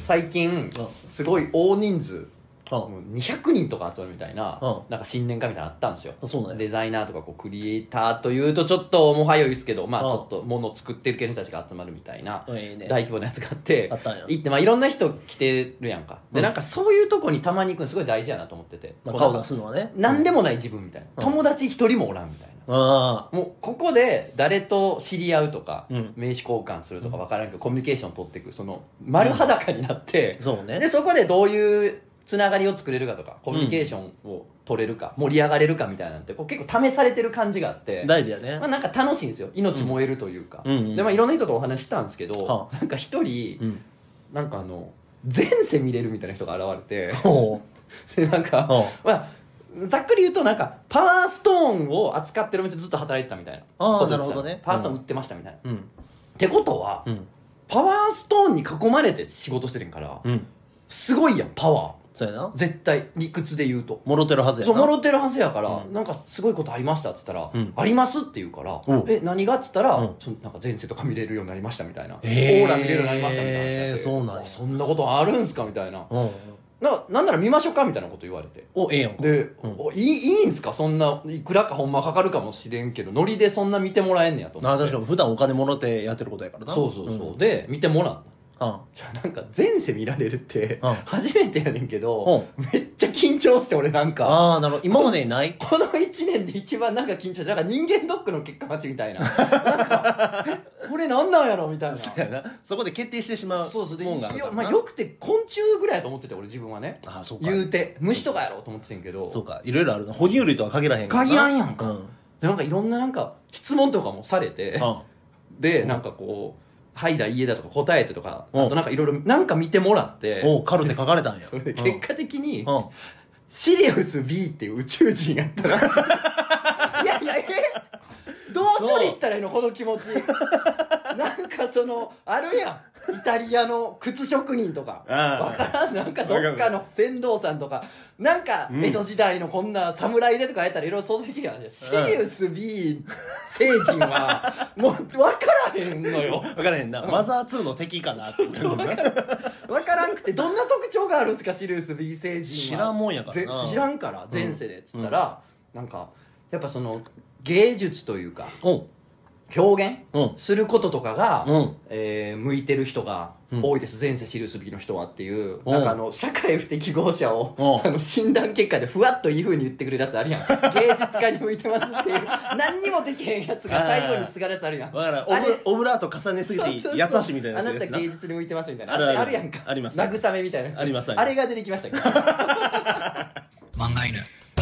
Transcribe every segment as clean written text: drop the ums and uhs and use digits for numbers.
最近すごい大人数200人とか集まるみたいな、なんか新年会みたいなのあったんですよ。 そうなんや。 デザイナーとかこうクリエイターというとちょっともはやいですけど、まあちょっと物を作ってる系の人たちが集まるみたいな大規模なやつがあって、 あったんや。 行って、まあいろんな人来てるやんか。で、なんかそういうとこにたまに行くのすごい大事やなと思ってて。 顔出すのはね。 なんでもない自分みたいな。友達一人もおらんみたいな。もうここで誰と知り合うとか、名刺交換するとか分からんけど、コミュニケーション取っていく、その丸裸になって、でそこでどういうつながりを作れるかとかコミュニケーションを取れるか、盛り上がれるかみたいなんてこう結構試されてる感じがあって、 大事やね。 まあ、なんか楽しいんですよ。命燃えるというか、で、まあ、いろんな人とお話したんですけど、なんか一人、なんか前世見れるみたいな人が現れてでなんか、まあざっくり言うとなんかパワーストーンを扱ってるお店ずっと働いてたみたいな。 ああ、なるほどね。 パワーストーン売ってましたみたいな、ってことは、パワーストーンに囲まれて仕事してるんから、すごいやんパワー。 そうやな。 絶対理屈で言うともろてるはずやな。 そうもろてるはずやから、なんかすごいことありましたっつったら、ありますって言うから、何がっつったら、そのなんか前世とか見れるようになりましたみたいな、オーラ見れるようになりましたみたいな話で、 そうなんや。 そんなことあるんすかみたいな、なんなら見ましょうかみたいなこと言われて、 ええやんか。 で、いいんすか、そんないくらかほんまかかるかもしれんけどノリでそんな見てもらえんねやと思って。 確かに普段お金もろてやってることやからな。 そうそうそう、で見てもらった。じゃあなんか前世見られるって初めてやねんけど、めっちゃ緊張して、俺なんかなるほど。今までにないこの1年で一番なんか緊張して、なんか人間ドックの結果待ちみたいななんかこれなんなんやろみたいな。 そうやな。そこで決定してしまうもんがあるからな。 まあよくて昆虫ぐらいやと思ってて俺自分はね。 そうか。 言うて虫とかやろうと思っててんけど。 そうか、いろいろあるな。哺乳類とは限らへんからな。 限らんやんか。なんかいろんななんか質問とかもされて、でなんかこうはいだ家だとか答えてとか、あとなんかいろいろなんか見てもらって、 カルテ書かれたんや。 それで結果的にシリウス B っていう宇宙人やったらいやいやどう処理したらいいのこの気持ちなんかそのあるやん、イタリアの靴職人とかわからん、なんかどっかの船頭さんとか、なんか江戸時代のこんな侍でとかやったらいろいろ想像できるやん。シリウス B 星人はもう分からへんのよ。 分からへんな。マザー2の敵かなって分からんくて、どんな特徴があるんですかシリウス B 星人は。 知らんもんやからな。 知らんから前世でっつったら、なんかやっぱその芸術というか表現することとかが向いてる人が多いです、前世シリウス B の人はっていう、なんか社会不適合者を診断結果でふわっといい風に言ってくれるやつあるやん。芸術家に向いてますっていう何にもできへんやつが最後にすがるやつあるやん。 だからオブラート重ねすぎて優しいみたいな。 あなた芸術に向いてますみたいなあるやんか。 あります。 慰めみたいなやつあります。 あれが出てきましたけど漫画犬。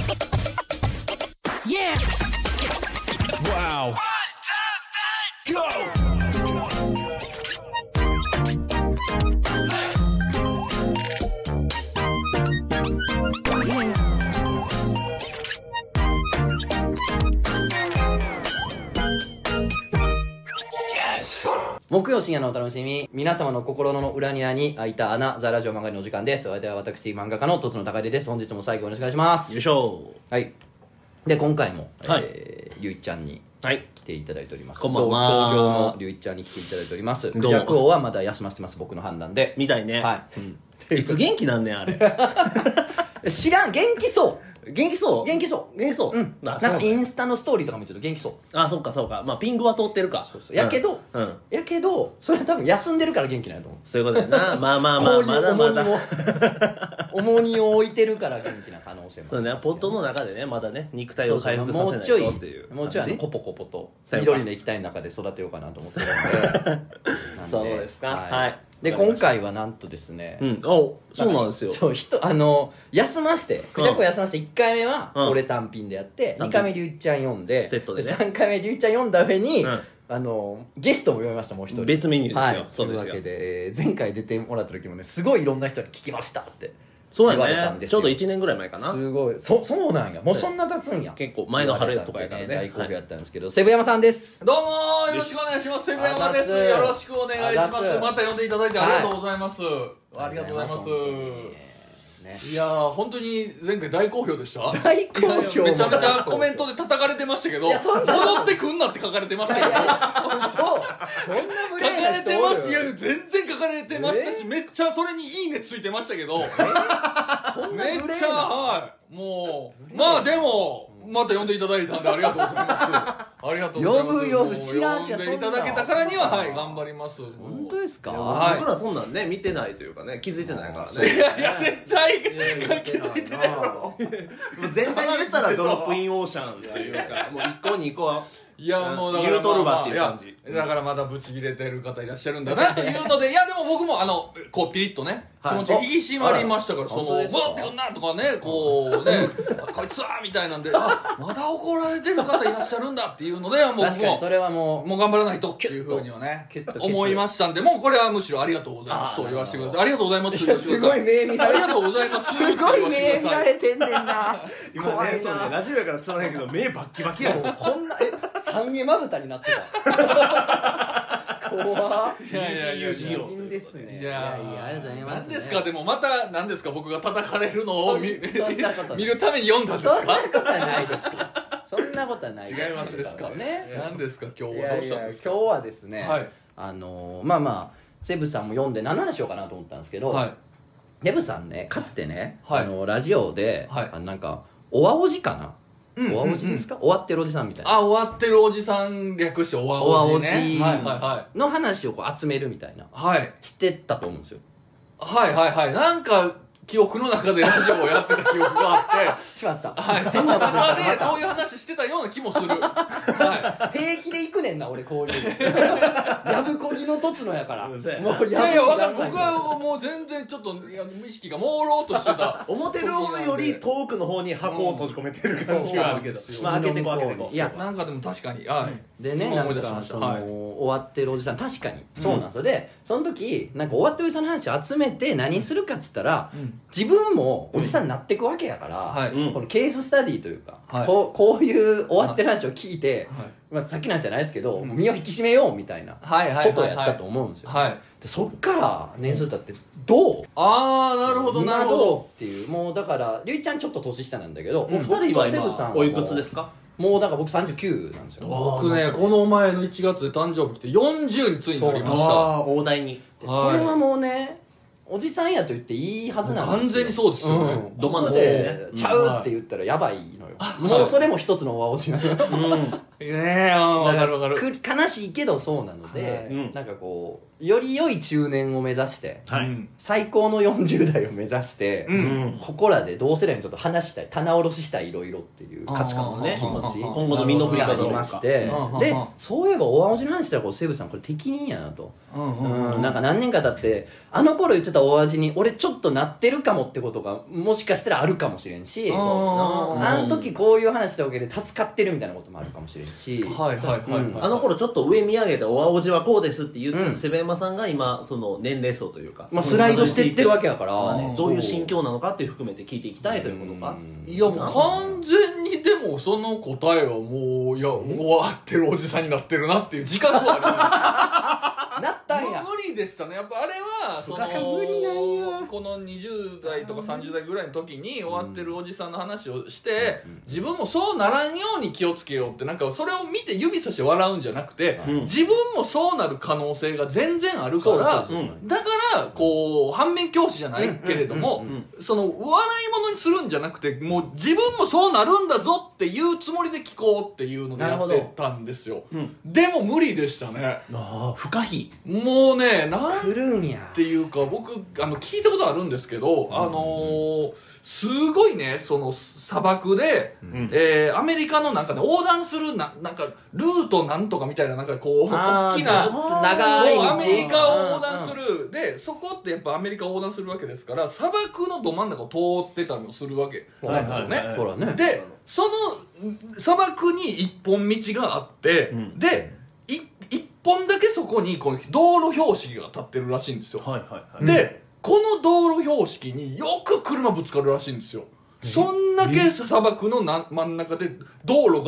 Yeah! Wow! Go! 木曜深夜のお楽しみ、皆様の心の裏庭に開いた穴、ザラジオ漫画のお時間です。それでは私漫画家のとつのたかでです。本日も最後よろしくお願いします。 よいしょ。 はい。で今回もはいりゅういちゃんに来ていただいております。 こんばんは。 東京のりゅういちゃんに来ていただいております。クジャク王はまだ休ませてます、僕の判断で。 みたいね。 はい。 いつ元気なんねんあれ。 知らん、元気そう。 元気そう元気そう。 元気そう。 なんかインスタのストーリーとか見てると元気そう。 あ、そうかそうか。まあピングは通ってるか。 そうそう。やけどそれは多分休んでるから元気なんやと思う。 そういうことだよな。まあまあまあ、まだまだ重荷を置いてるから元気な可能性もある。 そうね、ポットの中でね、まだね、肉体を回復させないとっていう。 もうちょいコポコポと緑の液体の中で育てようかなと思ってるので。 そうですか。はい。 で今回はなんとですね、 そうなんですよ。 そう休ましてクジャクを休まして1回目は俺単品でやって、2回目りゅういちゃん読んで、 セットでね、 3回目りゅういちゃん読んだ上にゲストも読みました、もう一人別メニューですよ。 そうですよ。というわけで前回出てもらった時もね、すごいいろんな人に聞きましたってそうやね。ちょうど1年ぐらい前かな。 すごい。そうなんや。もうそんな経つんや。 結構前の春とかやからね。 大好評やったんですけど、セブ山さんです。 どうもよろしくお願いします。セブ山です。よろしくお願いします。また呼んでいただいてありがとうございます。ありがとうございます。 ですね。 いやー本当に前回大好評でした。 大好評。 めちゃめちゃコメントで叩かれてましたけど、戻ってくんなって書かれてましたけど、 そうそんな無礼書かれてました。いや全然書かれてましたし、めっちゃそれにいいねついてましたけど、めっちゃはいもうまあでもまた呼んでいただいたんでありがとうございます。ありがとうございます。 呼ぶ知らんし呼んでいただけたからにははい頑張ります。 本当ですか？ 僕らそんなんね見てないというかね気づいてないからね。 いや絶対気づいてないだろ。 全体で言ったらドロップインオーシャンっていうかもう1個2個はいやもうだから言うとるわっていう感じ。 だからまだブチ切れてる方いらっしゃるんだなというので、いやでも僕もこうピリッとね気持ち引き締まりましたから、その戻ってくんなとかねこうねこいつはみたいなんで、あまだ怒られてる方いらっしゃるんだっていうので、もう確かにそれはもう頑張らないとっていうふうにはね思いましたんで、もうこれはむしろありがとうございますと言わせてください。ありがとうございます。 すごい目見られてありがとうございます。 すごい目見られてんねんな。 今ねそうねラジオやからつまらへんけど目バッキバキやもん。 こんな三毛まぶたになってた。怖っ。 いやいいいですね。 いやありがとうございます。 何ですかでもまた何ですか僕が叩かれるのを見見るために読んだんですか？ そんなことはないですか。そんなことはない。 違いますですかね。 何ですか今日はどうしたんですか？ 今日はですね。 はい。 まあまあセブさんも読んで何の話しようかなと思ったんですけど、 はい。 セブさんねかつてねラジオでなんかおわおじかな。おわおじですか？終わってるおじさんみたいな。 あ、終わってるおじさん略しておわおじね。 の話をこう集めるみたいな。 はい。 してたと思うんですよ。 はいはいはい。なんか記憶の中でラジオをやってた記憶があって。 しまった。 はい。その中でそういう話してたような気もする。はい。平気で行くねんな俺こういう。やぶこぎのとつのやから。もういやいや分かる。僕はもう全然ちょっと意識が朦朧としてた。 表のより遠くの方に箱を閉じ込めてる感じがあるけど。まあ開けてこ開けてこ。 いやなんかでも確かに。はい。 でねなんかその終わってるおじさん確かにそうなんですよ。でその時なんか終わってるおじさんの話を集めて何するかっつったら自分もおじさんになっていくわけやからこのケーススタディというかこういう終わってる話を聞いてまあさっきの話じゃないですけど身を引き締めようみたいなことをやったと思うんですよ。でそっから年数経ってどう？ ああなるほどなるほどっていうもうだからりゅうちゃんちょっと年下なんだけどお二人とセブさんはおいくつですか？ もうだから僕39なんですよ。 僕ねこの前の1月で誕生日来て40についになりました。 大台に。 これはもうねおじさんやと言っていいはずなんですよ。 完全にそうですよね。 ど真ん中でちゃうって言ったらやばいのよ。もうそれも一つのおじなの。 ねえわかるわかる。 悲しいけどそうなのでなんかこうより良い中年を目指して最高の40代を目指してここらで同世代にちょっと話したい棚卸ししたいいろいろっていう価値観の気持ち今後の身の振りがありましてでそういえばおわおじの話したらセブさんこれ適任やなとなんか何年か経ってあの頃言ってたお味に俺ちょっとなってるかもってことがもしかしたらあるかもしれんしあの時こういう話したわけで助かってるみたいなこともあるかもしれんしあの頃ちょっと上見上げておわおじはこうですって言ってセベンマさんが今その年齢層というかスライドしていってるわけやからどういう心境なのかっていう含めて聞いていきたいということか。 いやもう完全にでもその答えはもういや終わってるおじさんになってるなっていう自覚はあります。 なったんや。 無理でしたね。やっぱあれはその無理なんやこの20代とか30代ぐらいの時に終わってるおじさんの話をして自分もそうならんように気をつけようってなんかそれを見て指さして笑うんじゃなくて自分もそうなる可能性が全然あるからだからこう反面教師じゃないけれどもその笑い物にするんじゃなくてもう自分もそうなるんだぞっていうつもりで聞こうっていうのでやってたんですよ。でも無理でしたね。 不可避。 もうねなん来るんやっていうか僕聞いたことあるんですけどすごいねその砂漠でアメリカのなんかね横断するなんかルートなんとかみたいななんかこう大きな長いアメリカを横断するでそこってやっぱアメリカを横断するわけですから砂漠のど真ん中を通ってたりもするわけなんですよね。でその砂漠に一本道があってで一本だけそこにこう道路標識が立ってるらしいんですよ。でこの道路標識によく車ぶつかるらしいんですよ。そんだけ砂漠の真ん中で道路が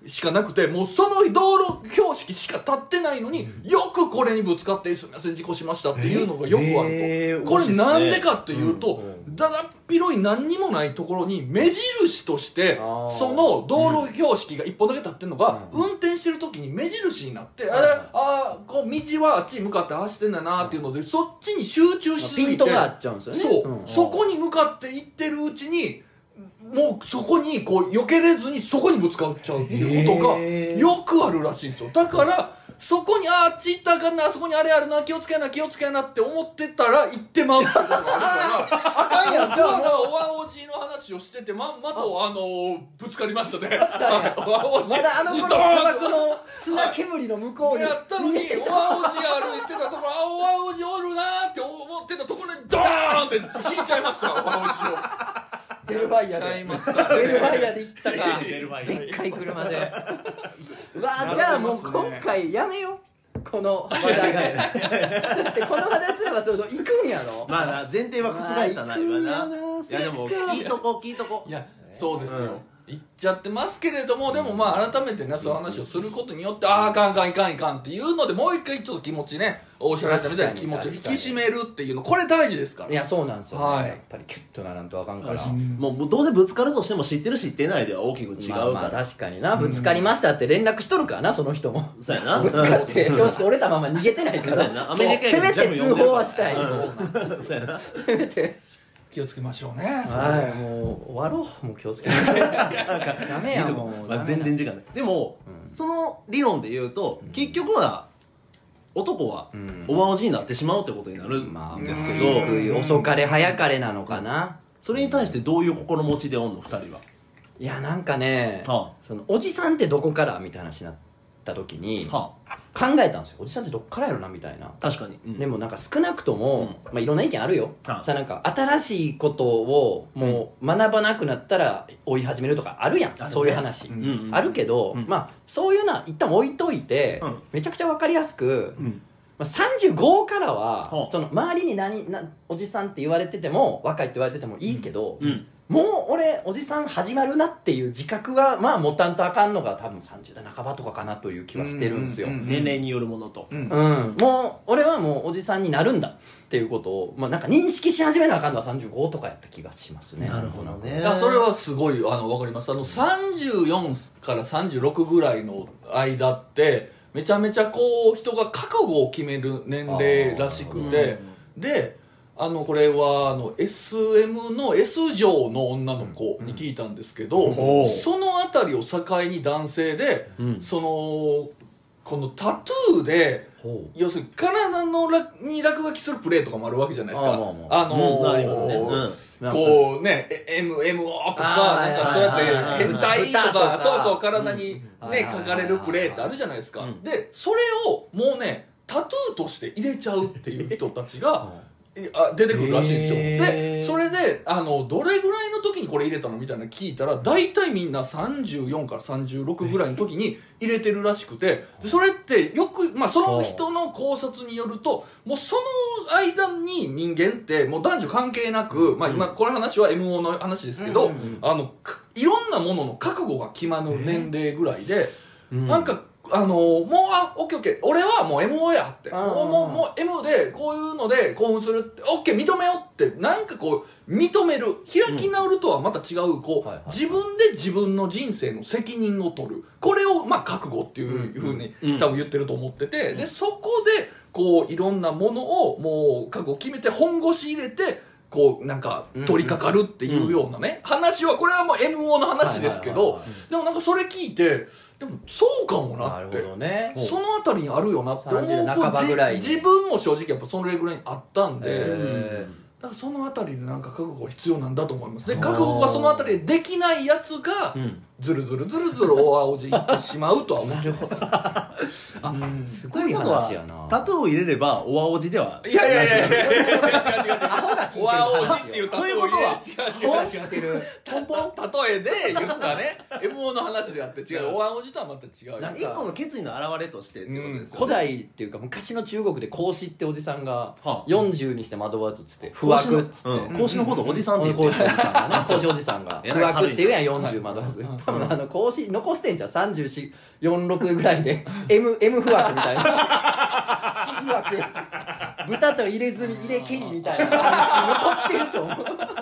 しかなくて、もうその道路標識しか立ってないのに、よくこれにぶつかってすみません事故しましたっていうのがよくあると。これなんでかっていうと、だだっ広い何にもないところに目印としてその道路標識が一本だけ立ってるのが、運転してる時に目印になって、こう道はあっちに向かって走ってんだなっていうので、そっちに集中しすぎてピントが合っちゃうんですよね。 そう、そこに向かって行ってるうちにもうそこにこう避けれずにそこにぶつかっちゃうっていうことがよくあるらしいんですよ。だからそこにあっち行ったらあかんな、あそこにあれあるな、気をつけなって思ってたら行ってまうってことがあるからあかんやん。僕はだからおわおじの話をしててまんまとぶつかりましたね。おわおじまだ頃砂漠の砂煙の向こうにやったのに、おわおじ歩いてたところ、おわおじおるなーって思ってたところでドーンって引いちゃいました、おわおじを。 ベルファイヤーでベルファイヤーで行ったかでっかい車でうわじゃあもう今回やめようこの話題でこの話すればそれと行くんやろ。 まあな前提は覆ったな今な。いやでも聞いとこう。 いやそうですよ、言っちゃってますけれども、でもまあ改めてねそういう話をすることによって、あかんいかんっていうので、もう一回ちょっと気持ちね、おっしゃられたみたいな気持ちを引き締めるっていうの、これ大事ですから。 いやそうなんですよ、ね、 はい、 やっぱりキュッとならんとあかんから、 もうどうせぶつかるとしても知ってる知ってないでは大きく違うから、 まあ確かにな、ぶつかりましたって連絡しとるからな、その人もそうやな、 ぶつかって標識折れたまま逃げてないから、 アメリカせめて通報はしたい、 そうやな、 せめて気をつけましょうね。 はい、もう終わろう、もう気をつけましょうダメやもう、 まあ、全然時間ない。でも、その理論で言うと、結局は男はおばおじになってしまうってことになるんですけど、 遅かれ早かれなのかな。 それに対してどういう心持ちでおんの2人は。 いやなんかね、そのおじさんってどこからみたいな話になった時に、考えたんですよ。おじさんってどっからやろなみたいな。 確かに、 でもなんか少なくとも、まあ、いろんな意見あるよ。さあなんか新しいことをもう学ばなくなったら追い始めるとかあるやん、そういう話、あるけど、まあそういうのは一旦置いといて、めちゃくちゃ分かりやすく、まあ、35からはその周りにおじさんって言われてても若いって言われててもいいけど、もう俺おじさん始まるなっていう自覚はまあ持たんとあかんのが多分30代半ばとかかなという気はしてるんですよ。 年齢によるものと、 もう俺はもうおじさんになるんだっていうことを、まあ、なんか認識し始めなあかんのは35とかやった気がしますね。 なるほどね。 それはすごい分かります。34から36ぐらいの間ってめちゃめちゃこう人が覚悟を決める年齢らしくて、でこれはSM の S 嬢の女の子に聞いたんですけど、そのあたりを境に男性で、このタトゥーで要するに体に落書きするプレーとかもあるわけじゃないですか。こうね MMO とかなんかそうやって変態とかそう体にね書かれるプレーってあるじゃないですか。でそれをもうねタトゥーとして入れちゃうっていう人たちが出てくるらしいんですよ。でそれでどれぐらいの時にこれ入れたのみたいなの聞いたら、大体みんな34から36ぐらいの時に入れてるらしくて、でそれってよく、まあ、その人の考察によるともうその間に人間ってもう男女関係なく、まあ、今この話は MO の話ですけど、いろんなものの覚悟が決まる年齢ぐらいで、なんかもうオッケーオッケー俺はもう MO やってもう M でこういうので興奮するってオッケー認めようってなんかこう認める開き直るとはまた違うこう自分で自分の人生の責任を取る、これをまあ覚悟っていうふうに多分言ってると思ってて、でそこでこういろんなものをもう覚悟を決めて本腰入れてこうなんか取り掛かるっていうようなね話は、これはもう MO の話ですけど、でもなんかそれ聞いてでもそうかもなって、 ね、 そのあたりにあるよなって思う自分も正直やっぱそれぐらいにあったんで、だからそのあたりでなんか覚悟が必要なんだと思います。で覚悟がそのあたりでできないやつがずるずる大青じいってしまうとは思ってます。 すごい話やな。 タトゥーを入れればお青じではいや違うアホが聞いてるおわおじっていうそういうことは違うポンポン例えで言ったね M.O. の話であって違うおわおじとはまた違う一個の決意の表れとしてってことですよね。 古代っていうか昔の中国で孔子っておじさんがはあ 40にして惑わずっつって不惑っつって孔子のことおじさんって言って孔子おじさんがね孔子おじさんが不惑っていうやん40惑わず多分孔子残してんじゃん3446ぐらいで M 不惑みたいな C 枠豚と入れ墨入れ切りみたいな残ってると思う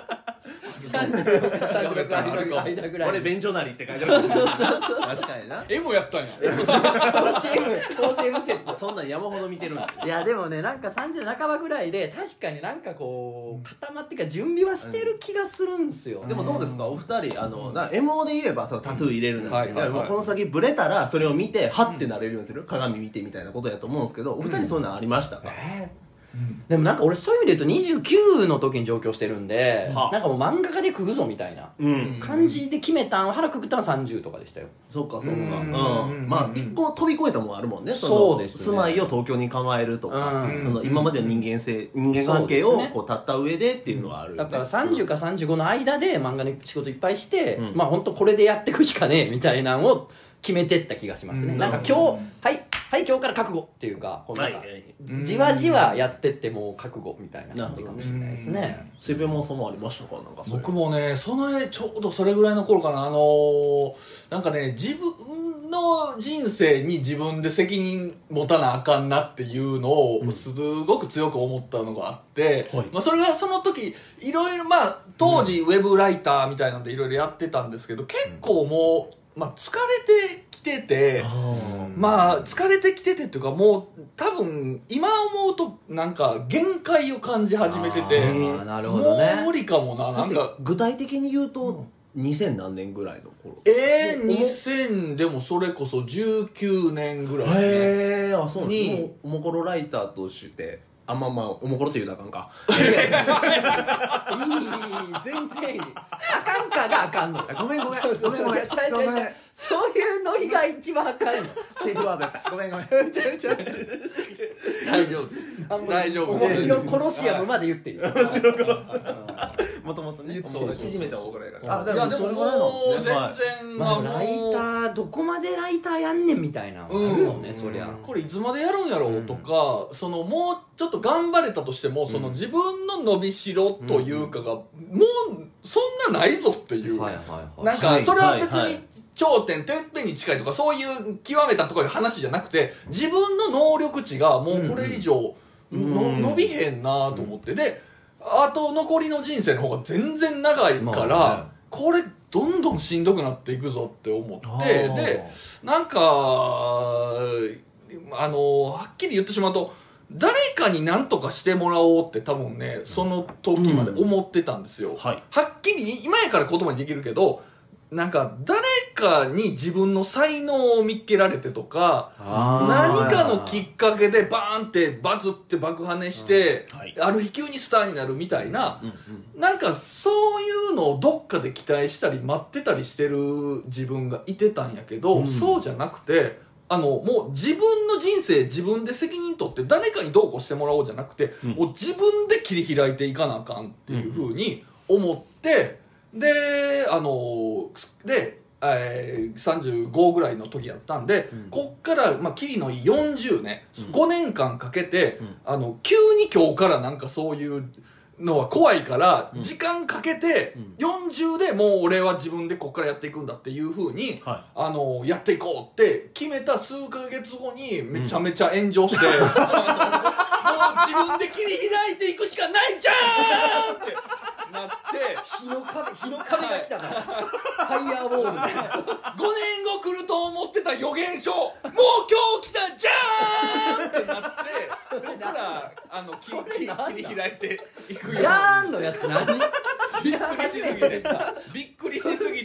36の間ぐらい俺便所なりって書いてある。そう確かにな。 M やったんや甲子園説そんなん山ほど見てるんですよ。 いやでもねなんか30半ばぐらいで確かになんかこう固まってか準備はしてる気がするんですよ、 でもどうですかお二人MO で言えばそのタトゥー入れるなんて、 はいはいはいもうこの先ブレたらそれを見てハッてなれるようにする、鏡見てみたいなことやと思うんですけど、お二人そういうのありましたか？ でもなんか俺そういう意味で言うと29の時に上京してるんで、 はあなんかもう漫画家で食うぞみたいな感じで決めたん腹くくったのは30とかでしたよ。 そうかそうか。 うんまあ一個飛び越えたもんあるもんね。 そうですね住まいを東京に構えるとか、 うんその今までの人間関係をこう立った上でっていうのがあるよね。 だから30か35の間で漫画の仕事いっぱいして、 うんまあ本当これでやっていくしかねえみたいなのを決めてった気がしますね、なんか今日はい今日から覚悟っていうかこうなんかじわじわやってってもう覚悟みたいな感じかもしれないですね。 セベモンさんもありましたか？なんかそれ僕もねちょうどそれぐらいの頃かななんかね自分の人生に自分で責任持たなあかんなっていうのをすごく強く思ったのがあって、 はいまあ、それがその時いろいろまあ当時ウェブライターみたいなんでいろいろやってたんですけど結構もう、まあ、疲れてきててまあ疲れてきててっていうかもう多分今思うとなんか限界を感じ始めててなるほどねもう無理かもななんか具体的に言うと2000何年ぐらいの頃。 2000でもそれこそ19年ぐらいですねへえ、あ、そうなんにです。もうおもころライターとしてまあおもころって言うたらあかんか。 いやいや全然いいあかんかがあかんのよ。 ごめんごめんそうそうそうごめん違うそういうノリが一番あかんの。 セーフワードやった。ごめんごめん。 大丈夫です大丈夫面白コロシアムまで言ってるよ。 もともとね、 そう縮めたおもころやから。 いやでももう全然まあライターどこまでライターやんねんみたいなのあるよね、そりゃ。 これいつまでやるんやろうとか、そのもうちょっと頑張れたとしても、その自分の伸びしろというかが、もうそんなないぞっていう、 はいはいはい。 なんかそれは別はいはいに頂点てっぺんに近いとかそういう極めたところの話じゃなくて、自分の能力値がもうこれ以上伸びへんなと思って、であと残りの人生の方が全然長いから、 まあねこれどんどんしんどくなっていくぞって思ってでなんかはっきり言ってしまうと誰かに何とかしてもらおうって多分ねその時まで思ってたんですよ、 はいはっきり今やから言葉にできるけどなんか誰かに自分の才能を見っけられてとか何かのきっかけでバーンってバズって爆跳ねして、 はいある日急にスターになるみたいな、なんかそういうのをどっかで期待したり待ってたりしてる自分がいてたんやけど、そうじゃなくてもう自分の人生自分で責任取って誰かにどうこうしてもらおうじゃなくて、もう自分で切り開いていかなあかんっていうふうに思って、で35ぐらいの時やったんで、こっから、まあ、キリのいい40ね、5年間かけて、急に今日からなんかそういうのは怖いから、時間かけて、40でもう俺は自分でこっからやっていくんだっていう風に、やっていこうって決めた数ヶ月後にめちゃめちゃ炎上して、もう自分で切り開いていくしかないじゃんってなって、 日の壁が来たからファイヤーボールで 5年後来ると思ってた予言書もう今日来たじゃーんってなってそこから切り開いていくようジャーンのやつ何知らびっくりしすぎて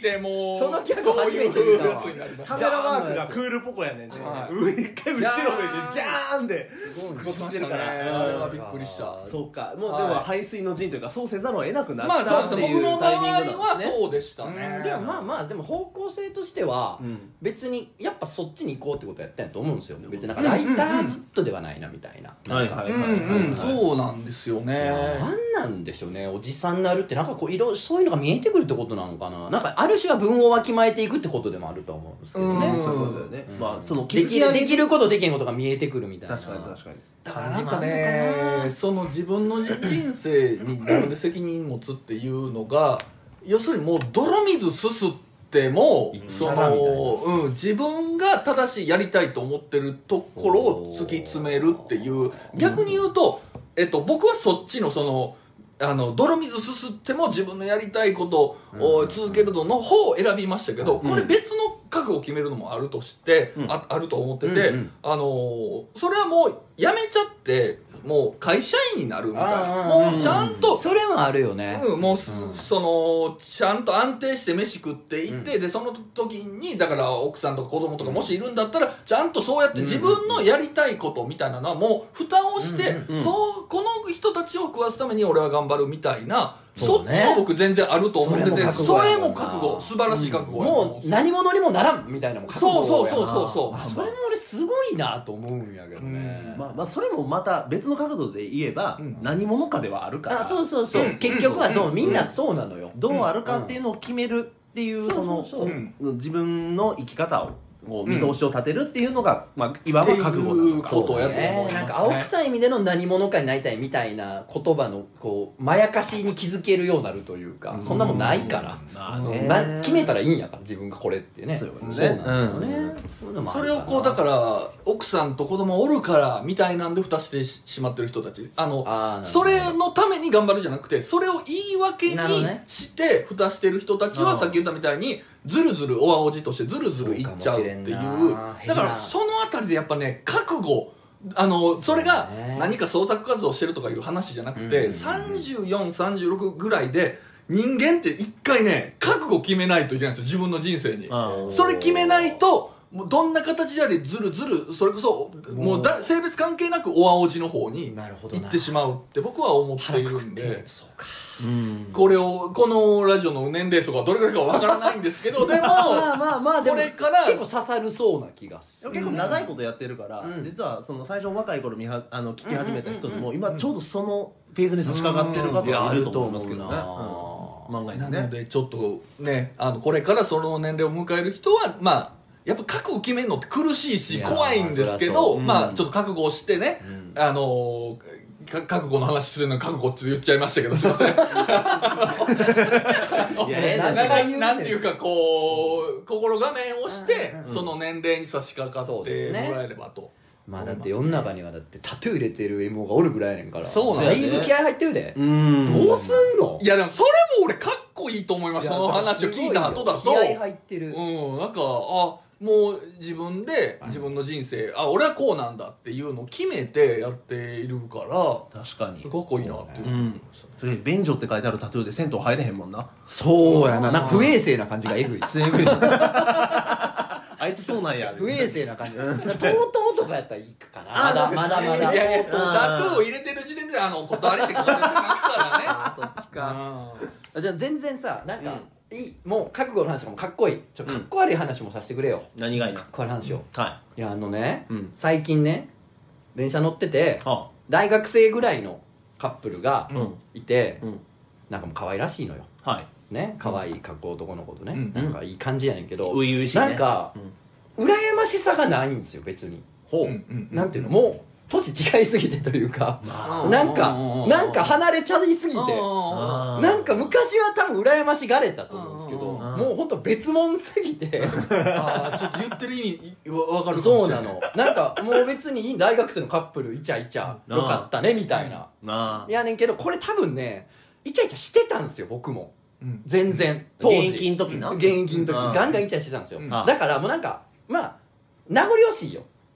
ぎてもうそのギャグそう初めていう見たわやつになりましカたメラワークがクールポコやねんね、上一回後ろ向いてジャーンでこっち来てるからあれはびっくりしたそうかもうでも排水の陣というかそうせざるを得なくなまあったってそうですね僕の場合いうタイミングなんですはねそうでしたねでもまあまあでも方向性としては別にやっぱそっちに行こうってことやったんやと思うんですよ。別になんかライターずっとではないなみたいな。 はいはいそうなんですよね。 なんなんでしょうね。おじさんになるってなんかこうそういうのが見えてくるってことなのかな。なんかある種は文をわきまえていくってことでもあると思うんですけどね。 そうだよね。まあそのできることできんことが見えてくるみたいな。 確かに確かに。 だからなんかねその自分の人生に自分で責任持つっていうのが要するにもう泥水すすっても自分が正しいやりたいと思ってるところを突き詰めるっていう逆に言うと、僕はそっちのその泥水すすっても自分のやりたいことを続けるの方を選びましたけど、これ別の覚悟を決めるのもあるとして、あると思ってて、それはもうやめちゃってもう会社員になるみたいな、もうちゃんとそれはあるよね。 もうそのちゃんと安定して飯食っていって、でその時にだから奥さんとか子供とかもしいるんだったらちゃんとそうやって自分のやりたいことみたいなのはもう蓋をして、この人たちを食わすために俺は頑張るみたいな。そっちも僕全然あると思ってて、それも覚悟、素晴らしい覚悟やと思う。 もう何者にもならんみたいなも覚悟。 そうそれも俺すごいなと思うんやけどね。 まあそれもまた別の角度で言えば何者かではあるから。 そう結局はそうみんなそうなのよ。 どうあるかっていうのを決めるっていうその自分の生き方を見通しを立てるっていうのが、まあ、いわば覚悟なのかことやと思いますね。 なんか青臭い意味での何者かになりたいみたいな言葉のこうまやかしに気づけるようになるというか、そんなもんないから、決めたらいいんやから自分がこれってね。そうなんだよね。 それをこうだから奥さんと子供おるからみたいなんで蓋してしまってる人たち、それのために頑張るじゃなくて、それを言い訳にして蓋してる人たちはさっき言ったみたいにずるずるおわおじとしてずるずるいっちゃうっていう。だからそのあたりでやっぱね覚悟、それが何か創作活動してるとかいう話じゃなくて、3436ぐらいで人間って一回ね覚悟決めないといけないんですよ、自分の人生に。それ決めないともうどんな形であれずるずるそれこそもう性別関係なくおわおじの方に行ってしまうって僕は思っているんで、このラジオの年齢層がどれぐらいかわからないんですけど、でもこれから結構刺さるそうな気がする。 結構長いことやってるから、実はその最初若い頃聞き始めた人にも今ちょうどそのフェーズに差し掛かってる方がいると思いますけどね。漫画にね。 なのでちょっとねこれからその年齢を迎える人はまあやっぱ覚悟決めるのって苦しいし怖いんですけど、まあちょっと覚悟をしてね、覚悟の話するのに覚悟って言っちゃいましたけどすいません。なんていうかこう心画面をしてその年齢に差し掛かってもらえればと。 まあだって世の中にはだってタトゥー入れてる MO がおるぐらいやねんから、 そうなんですね。 だいぶ気合入ってるで。どうすんの？ いやでもそれも俺かっこいいと思います。その話を聞いた後だと気合入ってる。 なんかもう自分で自分の人生俺はこうなんだっていうのを決めてやっているから確かにかっこいいなっていう。 便所って書いてあるタトゥーで銭湯入れへんもんな。 そうやな。なんか不衛生な感じがエグい。 あいつそうなんや。 不衛生な感じ。とうとうとかやったらいいかな。まだ。 いやタトゥーを入れてる時点で断りって書かれてますからね。 そっちか。じゃあ全然さなんか。もう覚悟の話とかもかっこいい。かっこ悪い話もさせてくれよ。 何がいいかっこ悪い話を。 はいや最近ね電車乗ってて大学生ぐらいのカップルがいて、なんかもう可愛らしいのよ。ね、可愛い格好男の子とね、なんかいい感じやねんけど、なんか羨ましさがないんですよ別に。なんていうのもう年違いすぎてというか、なんか離れちゃいすぎて、なんか昔は多分羨ましがれたと思うんですけど、もうほんと別物すぎてちょっと言ってる意味わかるかもしれない。 そうなの。なんかもう別に大学生のカップルイチャイチャよかったねみたいな。やねんけどこれ多分ねイチャイチャしてたんですよ僕も。全然当時現役の時な。 現役の時ガンガンイチャイチャしてたんですよ。だからもうなんかまあ名残惜しいよ。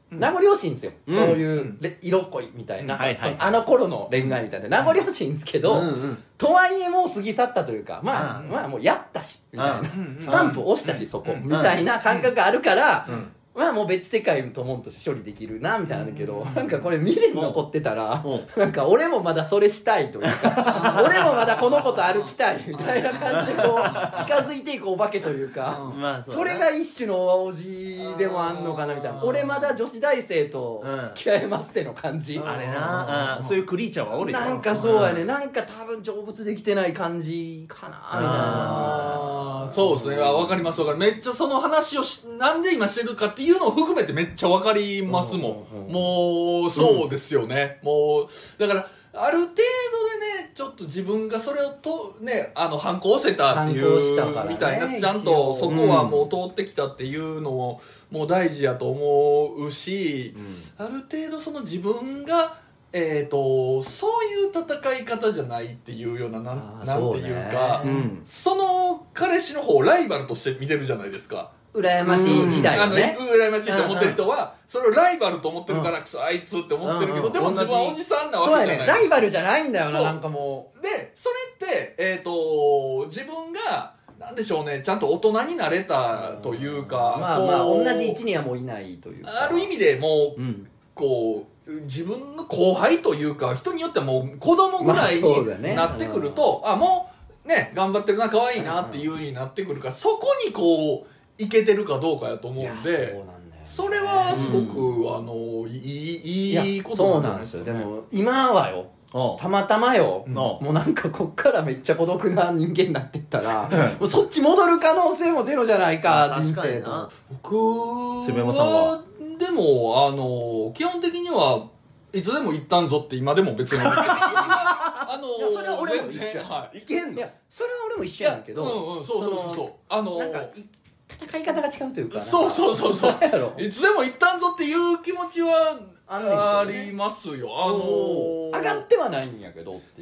名残惜しいんですよ、そういう色恋みたいな、あの頃の恋愛みたいな名残惜しいんですけど、とはいえもう過ぎ去ったというか、まあもうやったしみたいな、スタンプ押したしそこみたいな感覚があるから、まあもう別世界ともんとして処理できるなみたいなんだけど、なんかこれ未練残ってたら、なんか俺もまだそれしたいというか、俺もまだこの子と歩きたいみたいな感じでこう近づいていくお化けというか、それが一種のおじでもあんのかなみたいな、俺まだ女子大生と付き合えますっての感じ、 あれな、そういうクリーチャーはおるよなんかそうやね、なんか多分成仏できてない感じかなみたいな。 そうですね、わかりますわかる。めっちゃその話をなんで今してるかっていうのを含めてめっちゃわかりますもん。もうそうですよね、もうだからある程度でね、ちょっと自分がそれをとね、反抗せたっていうみたいな、ちゃんとそこはもう通ってきたっていうのももう大事やと思うし、ある程度その自分がそういう戦い方じゃないっていうような、なんていうか、その彼氏の方をライバルとして見てるじゃないですか。 羨ましい時代をね、 羨ましいと思ってる人はそれをライバルと思ってるから、クソあいつって思ってるけど、でも自分はおじさんなわけじゃない。 そうやね、ライバルじゃないんだよな、なんかもうで、それって自分がなんでしょうね、ちゃんと大人になれたというか、 まあまあ同じ位置にはもういないというか、 ある意味でもう、こう自分の後輩というか、人によってはもう子供ぐらいになってくると、あ、もうね頑張ってるな、可愛いなっていう風になってくるから、そこにこういけてるかどうかやと思うんで、それはすごくいいことなんですよ。 でも今はよ、たまたまよ、もうなんかこっからめっちゃ孤独な人間になってったらもうそっち戻る可能性もゼロじゃないか、人生の。 僕はでも基本的にはいつでも行ったんぞって今でも別にそれは俺も一緒や、いけんの。いやそれは俺も一緒やんけど、 そうなんか戦い方が違うというか、 そういつでも行ったんぞっていう気持ちはありますよ。 上がってはないんやけどっていう。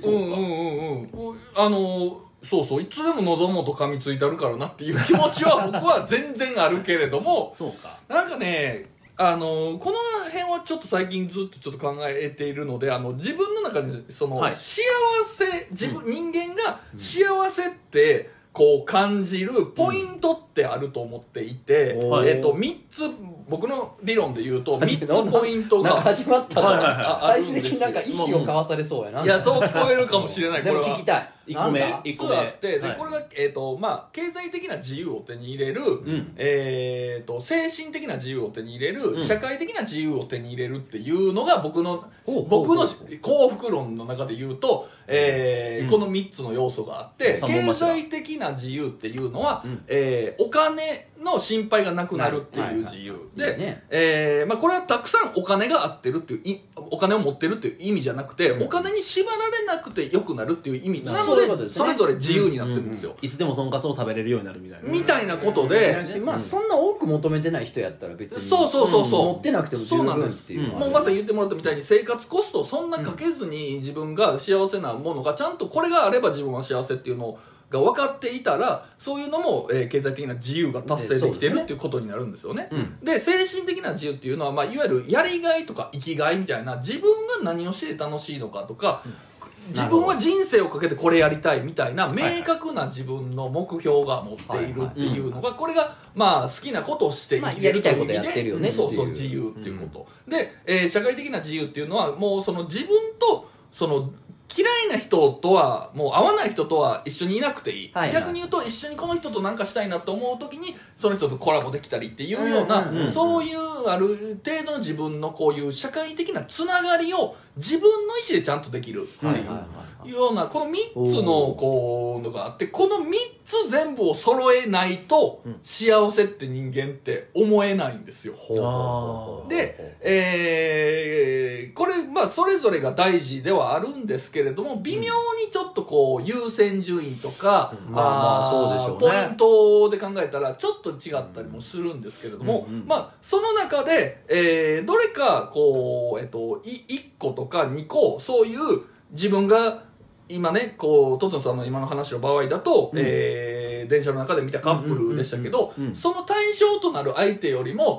そういつでも望もうと噛みついてあるからなっていう気持ちは僕は全然あるけれどもそうか、 なんかね、この辺はちょっと最近ずっとちょっと考えているので、自分の中でその、幸せ、人間が幸せってこう感じるポイントってあると思っていて、3つ僕の理論で言うと3つポイントが始まったら最終的になんか意思を交わされそうやな。 いや、そう聞こえるかもしれない。これはでも聞きたい。 1個目あって、でこれが経済的な自由を手に入れる、精神的な自由を手に入れる、社会的な自由を手に入れるっていうのが僕の幸福論の中で言うと、この3つの要素があって、経済的な自由っていうのは、お金の心配がなくなるっていう自由で、これはたくさんお金があってるっていうお金を持ってるっていう意味じゃなくて、お金に縛られなくてよくなるっていう意味なので、それぞれ自由になってるんですよ。 いつでもとんかつを食べれるようになるみたいなことで、 まあそんな多く求めてない人やったら別にそう持ってなくても十分っていう、 もうまさに言ってもらったみたいに生活コストをそんなかけずに自分が幸せなものがちゃんとこれがあれば自分は幸せっていうのが分かっていたら、そういうのも、経済的な自由が達成できてるっていうことになるんですよね。で、精神的な自由っていうのは、いわゆるやりがいとか生きがいみたいな、自分が何をして楽しいのかとか、自分は人生をかけてこれやりたいみたいな明確な自分の目標が持っているっていうのが、これが好きなことをして生きれるという意味で、自由っていうこと、で、社会的な自由っていうのはもうその自分とその嫌いな人とはもう会わない人とは一緒にいなくていい、逆に言うと一緒にこの人と何かしたいなと思う時にその人とコラボできたりっていうような、そういうある程度の自分のこういう社会的なつながりを自分の意思でちゃんとできるっていうような、この3つのこうのがあって、この3つ全部を揃えないと幸せって人間って思えないんですよ。で、これそれぞれが大事ではあるんですけれども、微妙にちょっとこう優先順位とかポイントで考えたらちょっと違ったりもするんですけれども、その中で、どれかこう1個とか2個そういう自分が今ね、こうとつのさんの今の話の場合だと、電車の中で見たカップルでしたけど、その対象となる相手よりも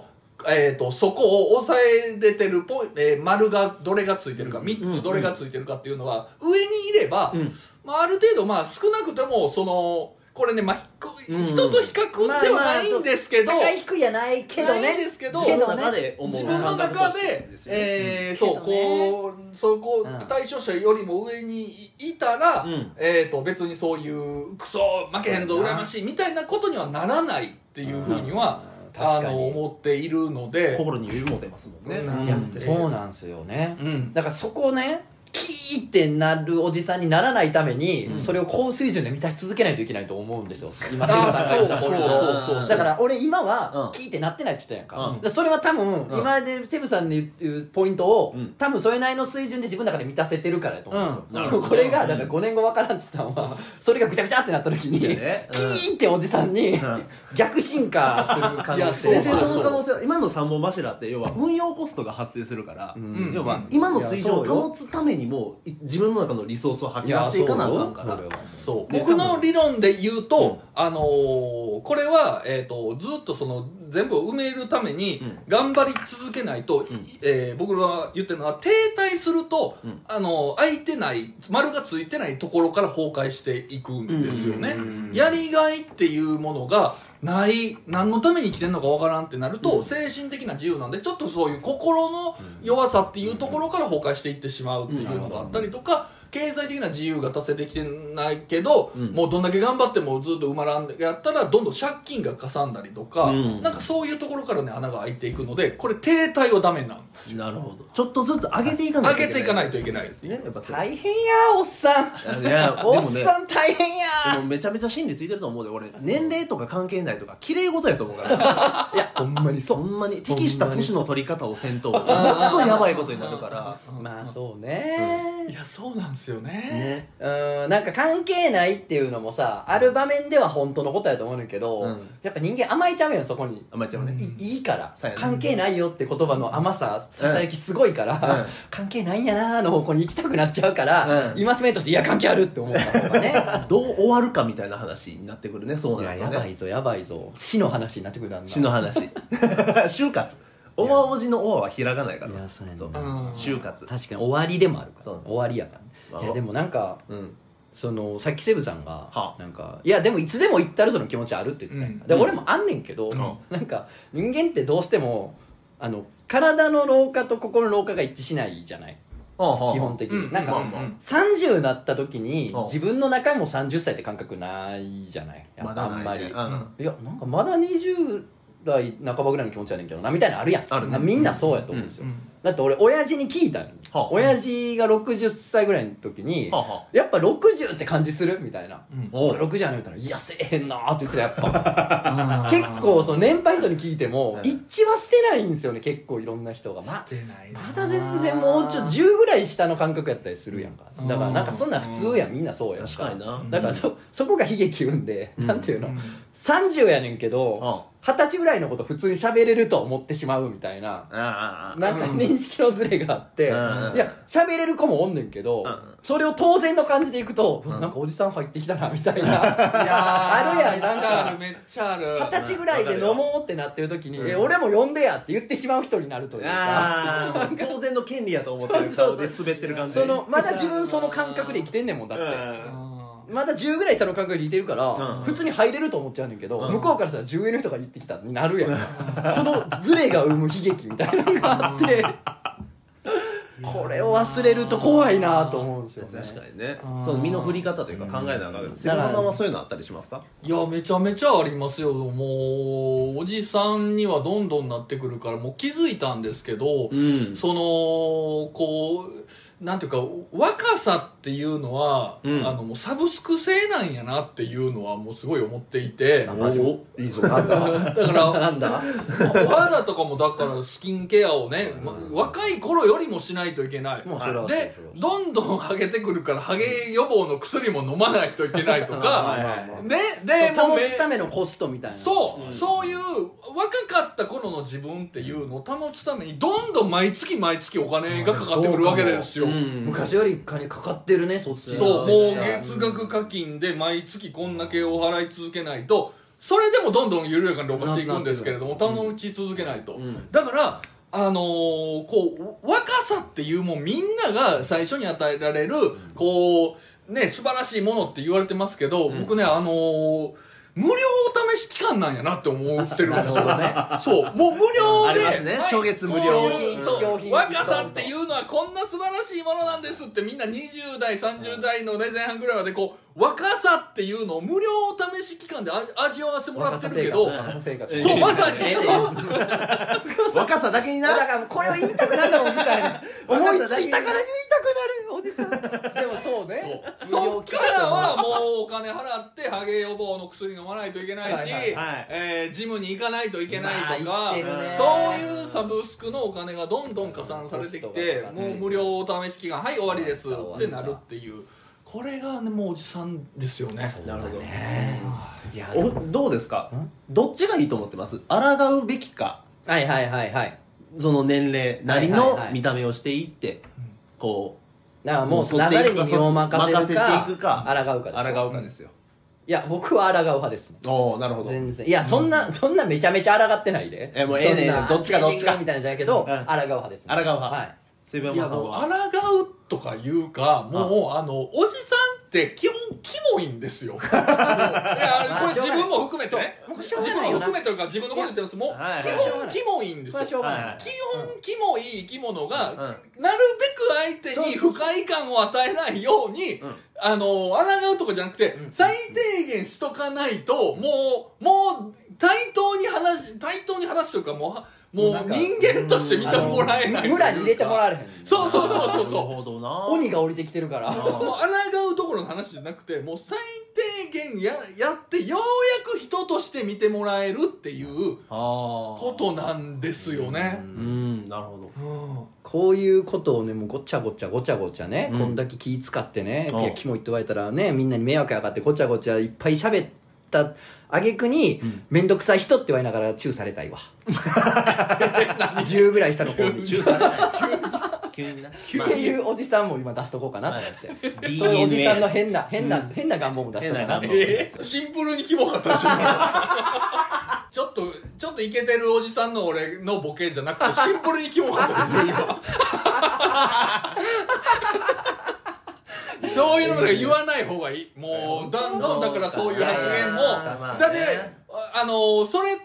そこを押さえれてる丸がどれがついてるか、3つどれがついてるかっていうのが上にいれば、まあ、ある程度、まあ、少なくても、これね、まあ、人と比較ではないんですけど、 高い低いやないけどね。 ないんですけど、 自分の中で思う自分の中で、そう、対象者よりも上にいたら、別にそういう、クソ、負けへんぞ、羨ましい、みたいなことにはならないっていうふうには、思っているので、 心に余裕持てますもんね。 いや、そうなんですよね。だからそこね、キーってなるおじさんにならないために、それを高水準で満たし続けないといけないと思うんですよ。今、セブさんが言ったポイント。だから俺今は、キーってなってないって言ったやんか。それは多分、今でセブさんで言うポイントを、多分それなりの水準で自分の中で満たせてるからやと思うんですよ。これが、だから5年後わからんって言ったのは、それがぐちゃぐちゃってなった時に、キーっておじさんに逆進化する可能性。 その可能性は、今の3本柱って要は運用コストが発生するから、要は今の水準を保つためにも自分の中のリソースを吐き出していかなあかんから。 そう僕の理論で言うと、これは、ずっと全部を埋めるために頑張り続けないと、僕が言ってるのは停滞すると、空いてない丸がついてないところから崩壊していくんですよね。やりがいっていうものがない何のために生きてんのかわからんってなると、精神的な自由なんでちょっとそういう心の弱さっていうところから崩壊していってしまうっていうのがあったりとか、経済的な自由が達成できてないけど、もうどんだけ頑張ってもずっと埋まらんやったらどんどん借金がかさんだりとか、なんかそういうところからね穴が開いていくので、これ停滞はダメなんですよ。 なるほど。ちょっとずつ上げていかないといけない。 上げていかないといけないですね。 やっぱ大変やおっさん。 いやおっさん大変や。 でもめちゃめちゃ真理ついてると思うで、俺年齢とか関係ないとか綺麗事やと思うから。 いやほんまにそう。 ほんまに適した年の取り方をせんともっとやばいことになるから。 まあそうね。 いやそうなんですよね。 なんか関係ないっていうのもさ、ある場面では本当のことやと思うんだけど、やっぱ人間甘えちゃうやん、そこに。 甘えちゃうね。 いいから、関係ないよって言葉の甘さ、ささやきすごいから、関係ないんやなーの方向に行きたくなっちゃうから、戒めとしていや関係あるって思った方がね。 どう終わるかみたいな話になってくるね、そうなるとね。 やばいぞやばいぞ。死の話になってくるんだ。 死の話。就活。おわおじのおわはひらがないから。 いやそうやね。 就活。 確かに終わりでもあるから。終わりやから。いやでもなんか、さっきセブさんがなんかいやでもいつでも言ったらその気持ちあるって言ってたで、俺もあんねんけど、なんか人間ってどうしても体の老化と心の老化が一致しないじゃない、基本的に。なんか30になった時に自分の中も30歳って感覚ないじゃない、やっぱあんまり。いやなんかまだ20代半ばぐらいの気持ちやねんけどなみたいなのあるやん。みんなそうやと思うんですよ。だって俺親父に聞いたの。親父が60歳ぐらいの時にやっぱ60って感じするみたいな。俺60やねん言ったらいやせえへんなーって言ってた。やっぱ結構その年配の人に聞いても一致はしてないんですよね、結構いろんな人が。まだ全然もうちょっと10ぐらい下の感覚やったりするやんか。だからなんかそんなん普通やん、みんなそうやんか。 確かにな。 だからそこが悲劇生んで、なんていうの、30やねんけど20歳ぐらいのこと普通に喋れると思ってしまうみたいな、なんか認識のズレがあって、いや喋れる子もおんねんけど、それを当然の感じでいくと、なんかおじさん入ってきたなみたいな、あるやん。なんかめっちゃある。 20歳ぐらいで飲もうってなってる時に俺も呼んでやって言ってしまう人になるというか、 当然の権利やと思ってる顔で滑ってる感じ。 まだ自分その感覚で生きてんねんもん。だってまだ10ぐらい下の感覚でいてるから、普通に入れると思っちゃうねんけど、向こうからしたら10上の人が言ってきたになるやん。このズレが生む悲劇みたいなのがあって、これを忘れると怖いなと思うんですよね。 確かにね。その身の振り方というか考えながら、瀬村さんはそういうのあったりしますか？ いやめちゃめちゃありますよ。もうおじさんにはどんどんなってくるから、もう気づいたんですけど、こうなんていうか若さっていうのは、もうサブスク制なんやなっていうのはもうすごい思っていて。 いいぞ。なんだだからなんだお肌とかもだからスキンケアをね、若い頃よりもしないといけない。でどんどんハゲてくるからハゲ予防の薬も飲まないといけないとかで保つためのコストみたいな。 そういう若かった頃の自分っていうのを保つためにどんどん毎月毎月お金がかかってくるわけですよ。 昔より金かかってるね、そっち。 そう、もう月額課金で毎月こんだけを払い続けないとそれでもどんどん緩やかに老化していくんですけれども、保ち続けないと。だから、こう、若さっていうもんみんなが最初に与えられる、こう、ね、素晴らしいものって言われてますけど、僕ね、無料試し期間なんやなって思ってるんですよ。そう。もう無料で。 ありますね。初月無料。 そう。若さっていうのはこんな素晴らしいものなんですってみんな20代、30代のね、前半ぐらいまでこう、若さっていうのを無料試し期間で味わわせてもらってるけど、そう、まさに。 若さだけにな。 だからこれを言いたくなるみたいな。思いついたから言いたくなる、おじさん。でもそうね。 そっからはもうお金払って、ハゲ予防の薬飲まないといけないし、ジムに行かないといけないとか、そういうサブスクのお金がどんどん加算されてきて、もう無料お試し期間、はい、終わりですってなるっていう。これがね、もうおじさんですよね。 なるほどね。どうですか？どっちがいいと思ってます？抗うべきか。 はいはいはいはい。 その年齢なりの見た目をしていって、こう。 だからもう流れに身を任せていくか、抗うか。 抗うかですよ。 いや、僕は抗う派ですね。 おー、なるほど。 全然。いや、そんなめちゃめちゃ抗ってないで。 もうどっちかみたいなんじゃないけど、抗う派ですね。 抗う派。 はい。 いや、もう、抗うとかいうか、もう、おじさんって基本、キモいんですよ。いや、これ自分も含めてね。自分も含めてるから自分のこと言ってます。もう、基本、キモいんですよ。基本、キモい生き物が、なるべく相手に不快感を与えないように、抗うとかじゃなくて、最低限しとかないと、もう、対等に話というか、もう人間として見てもらえない。 村に入れてもらえへん。 そう。 なるほどな。 鬼が降りてきてるから。 もう抗うところの話じゃなくて、もう最低限やってようやく人として見てもらえるっていうことなんですよね。 なるほど。 こういうことをね、もうごちゃごちゃね、こんだけ気使ってね、いや、キモいって言われたらね、みんなに迷惑やがってごちゃごちゃいっぱい喋った挙句に、めんどくさい人って言われながらチューされたいわ。10ぐらい下の方に。チューされたい。急にな。っていうおじさんも今出しとこうかなと思って。そういうおじさんの変な願望も出しとこうかなと思って。 シンプルにキモかったでしょ。ちょっとイケてるおじさんの俺のボケじゃなくて、シンプルにキモかったですよ、今。そういうのも言わない方がいい。もう、どんどんだからそういう発言も、だって、それって、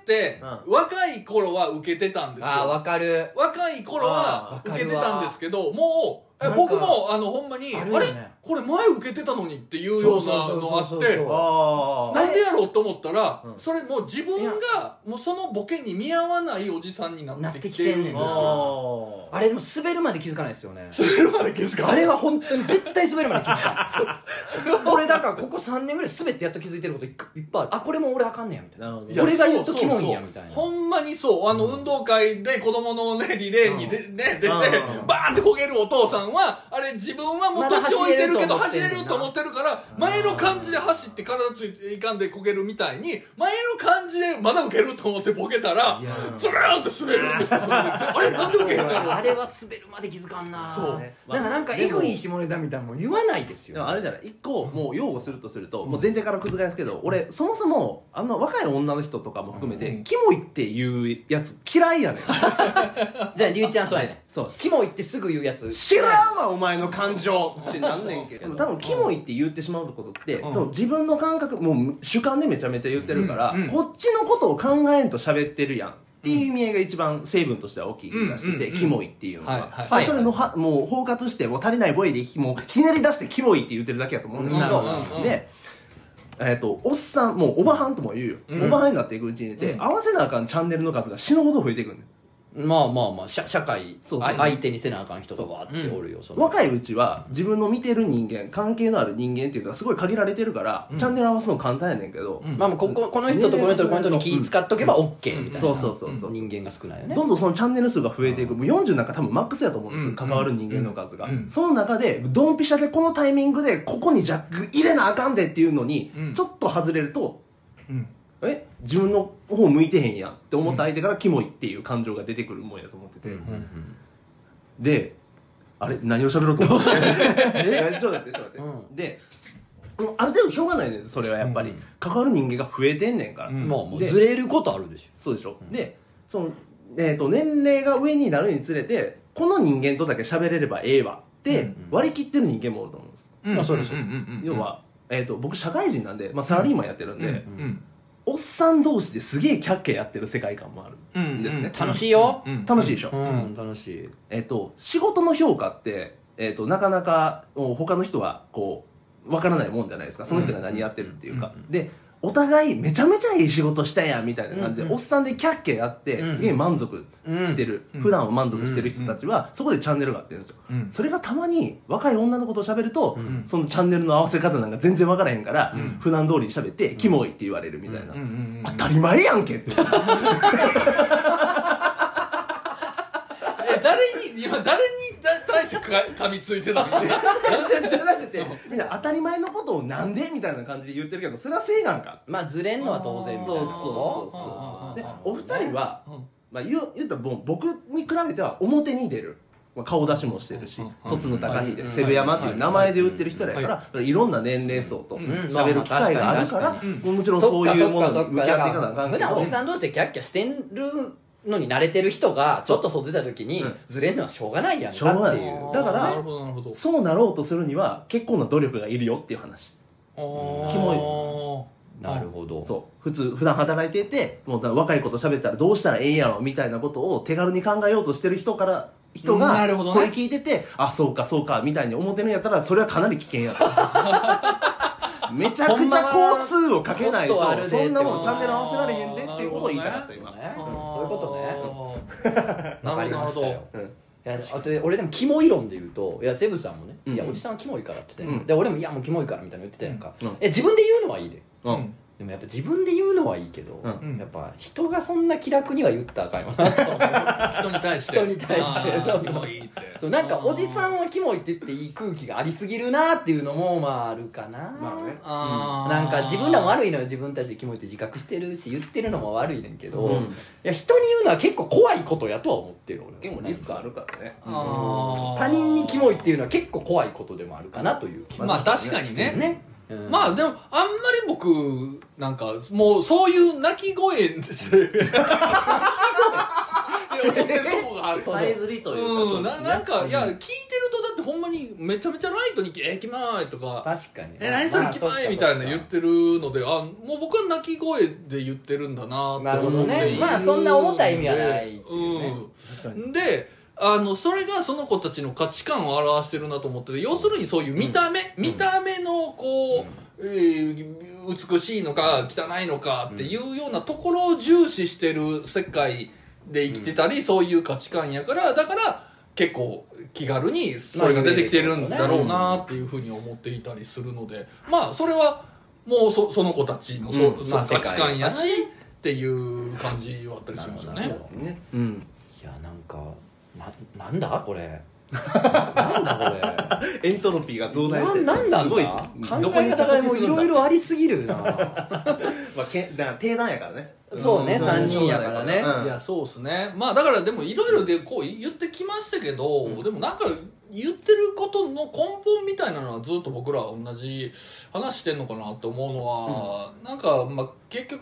若い頃は受けてたんですよ。 わかる。 若い頃は受けてたんですけど、もう、僕も、ほんまに、あれこれ前受けてたのにっていうようなのあって、なんでやろうと思ったら、それもう自分が、もうそのボケに見合わないおじさんになってきてるんですよ。 あれでも滑るまで気づかないですよね。 滑るまで気づかない。 あれは本当に絶対滑るまで気づかない。俺だからここ3年ぐらい滑ってやっと気づいてることいっぱいある。あ、これも俺あかんねやみたいな。俺が言うとキモいんやみたいな。 ほんまにそう。運動会で子供のね、リレーに出て、バーンって焦げるお父さんは、あれ自分はもう年老いてるけど走れると思ってるから、前の感じで走って体ついていかんで焦げるみたいに、前の感じでまだ受けると思ってボケたら、ズルーンって滑るんですよ。あれなんで受けへんのやろ。 あれは滑るまで気づかんな。 そう。 だからなんかエグい下ネタみたいなのも言わないですよ。 でもあれじゃない、一個もう擁護するとすると、もう前提から覆すけど、俺そもそも若い女の人とかも含めて、キモいっていうやつ嫌いやねん。 じゃありゅうちゃんそうやねん。そう。キモいってすぐ言うやつ。 知らんわお前の感情ってなんねんけど、多分キモいって言ってしまうことって、自分の感覚もう主観でめちゃめちゃ言ってるから、こっちのことを考えんと喋ってるやん。っていう意味合いが一番成分としては大きい気がしてて、キモいっていうのは。それのもう包括して、もう足りない声でもうひねり出してキモいって言ってるだけだと思うんだけど、で、おっさん、もうおばはんとも言うよ。おばはんになっていくうちに合わせなあかんチャンネルの数が死ぬほど増えていくんだよ。 まあ社会相手にせなあかん人がわっておるよ。 若いうちは自分の見てる人間、関係のある人間っていうのはすごい限られてるから、チャンネル合わすの簡単やねんけど、 まあこの人とこの人とこの人に気使っとけば OK みたいな。 そう人間が少ないよね。 どんどんそのチャンネル数が増えていく。もう40なんか多分マックスやと思うんですよ、関わる人間の数が。その中でドンピシャでこのタイミングでここにジャック入れなあかんでっていうのにちょっと外れると、自分の方向いてへんやんって思った相手からキモいっていう感情が出てくるもんやと思ってて、で、あれ何を喋ろうと思ってちょっと待って、で、 ある程度しょうがないねんそれはやっぱり、関わる人間が増えてんねんから、 もうずれることあるでしょ。 そうでしょ、でその、年齢が上になるにつれてこの人間とだけ喋れればええわって割り切ってる人間もおると思うんです、 まあそうです。 要は、僕社会人なんで、サラリーマンやってるんで、おっさん同士ですげえキャッキャやってる世界観もあるんですね、 楽しいよ、 楽しいでしょ、 楽しい。 仕事の評価って、なかなか他の人はこうわからないもんじゃないですか、その人が何やってるっていうか、でお互いめちゃめちゃいい仕事したやんみたいな感じで、おっさんでキャッキャやってすげえ満足してる、普段は満足してる人たちはそこでチャンネルがあってるんですよ、それがたまに若い女の子と喋ると、そのチャンネルの合わせ方なんか全然わからへんから、普段通りに喋ってキモいって言われるみたいな、当たり前やんけって誰に対して噛みついてたのじゃなくてみんな当たり前のことをなんでみたいな感じで言ってるけど、それは正眼か、 まあずれんのは当然みたいな。 そうでお二人は、言ったらもう僕に比べては表に出る、顔出しもしてるし、凸の高いでセブ山っていう名前で売ってる人らやからいろんな年齢層と喋る機会があるから、もちろんそういうものに向き合っていかなあかんけど、 普段おじさん同士でキャッキャしてるのに慣れてる人がちょっと外出た時にずれんのはしょうがないやんかっていう。 だからそうなろうとするには結構な努力がいるよっていう話。キモい。なるほど。 そう普段働いててもう若い子と喋ったらどうしたらええんやろみたいなことを手軽に考えようとしてる人がこれ聞いてて、あそうかそうかみたいに思ってるんやったらそれはかなり危険やとめちゃくちゃ工数をかけないとそんなもんチャンネル合わせられへんでっていうことを言いたかった今、 そういうことね。 なるほど。 あと俺でもキモい論で言うと、いやセブさんもね、いやおじさんはキモいからって言って、で俺もいやもうキモいからみたいなの言ってたやんか。自分で言うのはいいで。でもやっぱ自分で言うのはいいけど、やっぱ人がそんな気楽には言ったらあかんよなと人に対してキモいってなんかおじさんはキモいって言っていい空気がありすぎるなっていうのもまああるかな。なんか自分らも悪いのよ、自分たちでキモいって自覚してるし言ってるのも悪いねんけど、いや人に言うのは結構怖いことやとは思ってる俺。 結構リスクあるからね。 他人にキモいっていうのは結構怖いことでもあるかなという気まあ確かにね。まあでもあんまり僕なんかもうそういう鳴き声って思ってるとこがある。 さえずりというか、 なんかいや聞いてるとだってほんまにめちゃめちゃライトに「キマーい」とか「 確かに何それキマーい」みたいな言ってるので、もう僕は鳴き声で言ってるんだなって思っている。 まあそんな重たい意味はないでそれがその子たちの価値観を表してるなと思ってて、要するにそういう見た目のこう、美しいのか汚いのかっていうようなところを重視してる世界で生きてたり、そういう価値観やからだから結構気軽にそれが出てきてるんだろうなっていうふうに思っていたりするので、まあそれはもうその子たちの価値観やしっていう感じはあったりしますよね。 いやなんかなんだこれなんだこれエントロピーが増大してる。 なんだすごい考え方がもういろいろありすぎるなまあ定談やからね。 そうね、3人やからね。 いやそうですね。まあだからでもいろいろでこう言ってきましたけど、でもなんか言ってることの根本みたいなのはずっと僕らは同じ話してんのかなって思うのは、なんかまあ結局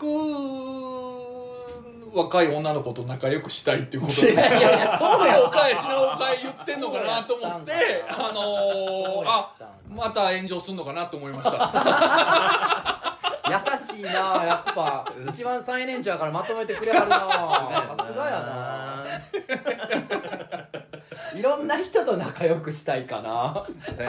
若い女の子と仲良くしたいっていうことで、そういうお返しのお返言ってんのかなと思ってまた炎上すんのかなと思いました優しいなやっぱ一番最年長やからまとめてくれはるなさすがやないろんな人と仲良くしたいかな。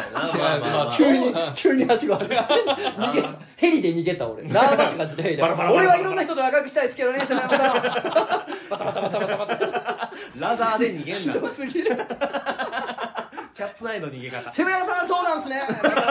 急に足が逃げた。ヘリで逃げた俺。ラーバシが時代で。俺はいろんな人と仲良くしたいですけどね、瀬山さん。バタバタバタバタバタ。 ラダーで逃げんな。 ひどすぎる。 キャッツアイの逃げ方。 瀬山さんはそうなんすね。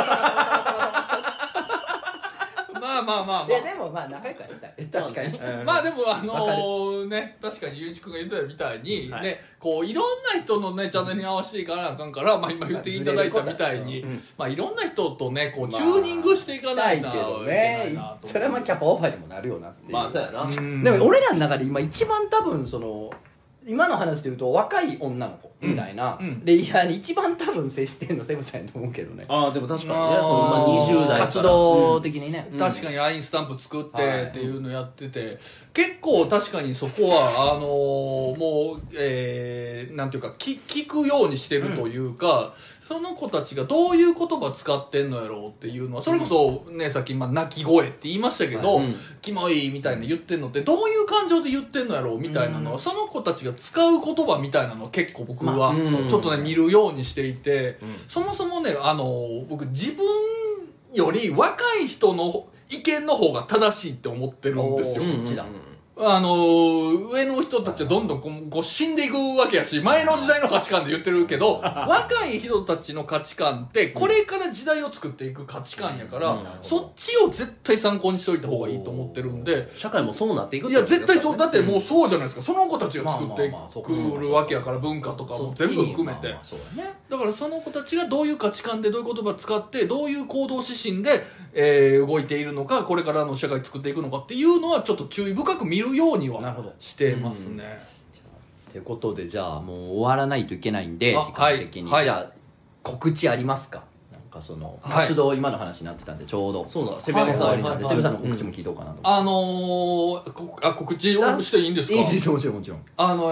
まあいやでもまあ仲良くはしたい確かに、 まあでもね確かにゆういちくんが言ってたみたいに、ねこういろんな人のねチャンネルに合わせていかなあかんから、まあ今言っていただいたみたいに、まあいろんな人とねこうチューニングしていかないといけないなと。 それはまあキャパオファーにもなるよなっていう。 まあそうやな。 でも俺らの中で今一番多分その今の話で言うと若い女の子みたいなうんレイヤーに一番多分接してんのセブさんやと思うけどね。 ああでも確かにね、 あーそのまあ20代から活動的にね、 確かに LINE スタンプ作ってはいっていうのやってて、結構確かにそこはもう、なんていうか聞くようにしてるというか、その子たちがどういう言葉使ってんのやろうっていうのは、それこそね、さっき泣き声って言いましたけど、 はいキモいみたいな言ってんのってどういう感情で言ってんのやろうみたいなのは、その子たちが使う言葉みたいなのを結構僕はちょっとね見るようにしていて、そもそもね僕自分より若い人の意見の方が正しいって思ってるんですよ。 おーこっちだ。 上の人たちはどんどんこう死んでいくわけやし、前の時代の価値観で言ってるけど、若い人たちの価値観ってこれから時代を作っていく価値観やから、そっちを絶対参考にしといた方がいいと思ってるんで、 社会もそうなっていくっいやてことですからね絶対そう、だってもうそうじゃないですか。その子たちが作ってまあまあまあくるわけやから、文化とかも全部含めて。 そうだね。 だからその子たちがどういう価値観でどういう言葉を使ってどういう行動指針で、動いているのか、これからの社会作っていくのかっていうのはちょっと注意深く見るようにはなるほどしてますね。 ということでじゃあもう終わらないといけないんであ時間的に、 はいじゃあ告知ありますか？なんかそのはい活動、今の話になってたんでちょうどそうだセブンの終わりなんで、 はいセブさんの告知も聞いとうかなと。 告知をしていいんですか？ いいですもちろんもちろん。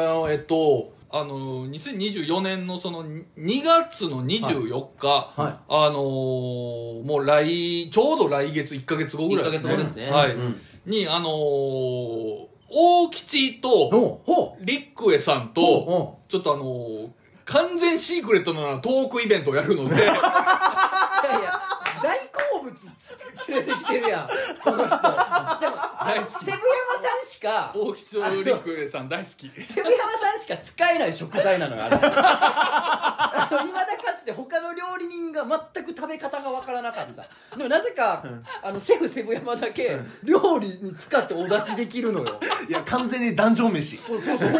2024年のその2月の24日、 はもうちょうど来月1ヶ月後ぐらい 1ヶ月後ですねはい。 うんに、大吉と、 ほリックエさんうと、 ほちょっと完全シークレットなトークイベントをやるので、 ういやいや大好物連れてきてるやんこの人。でも大好きセブ山さんしか大吉とリックエさん大好き。 セブ山さんしか使えない食材なのよあれ。未だかつて他の料理人が全く食べ方がわからなかった。でもなぜかセブ山だけ料理に使ってお出しできるのよ。 いや完全にダンジョン飯。 そう本当に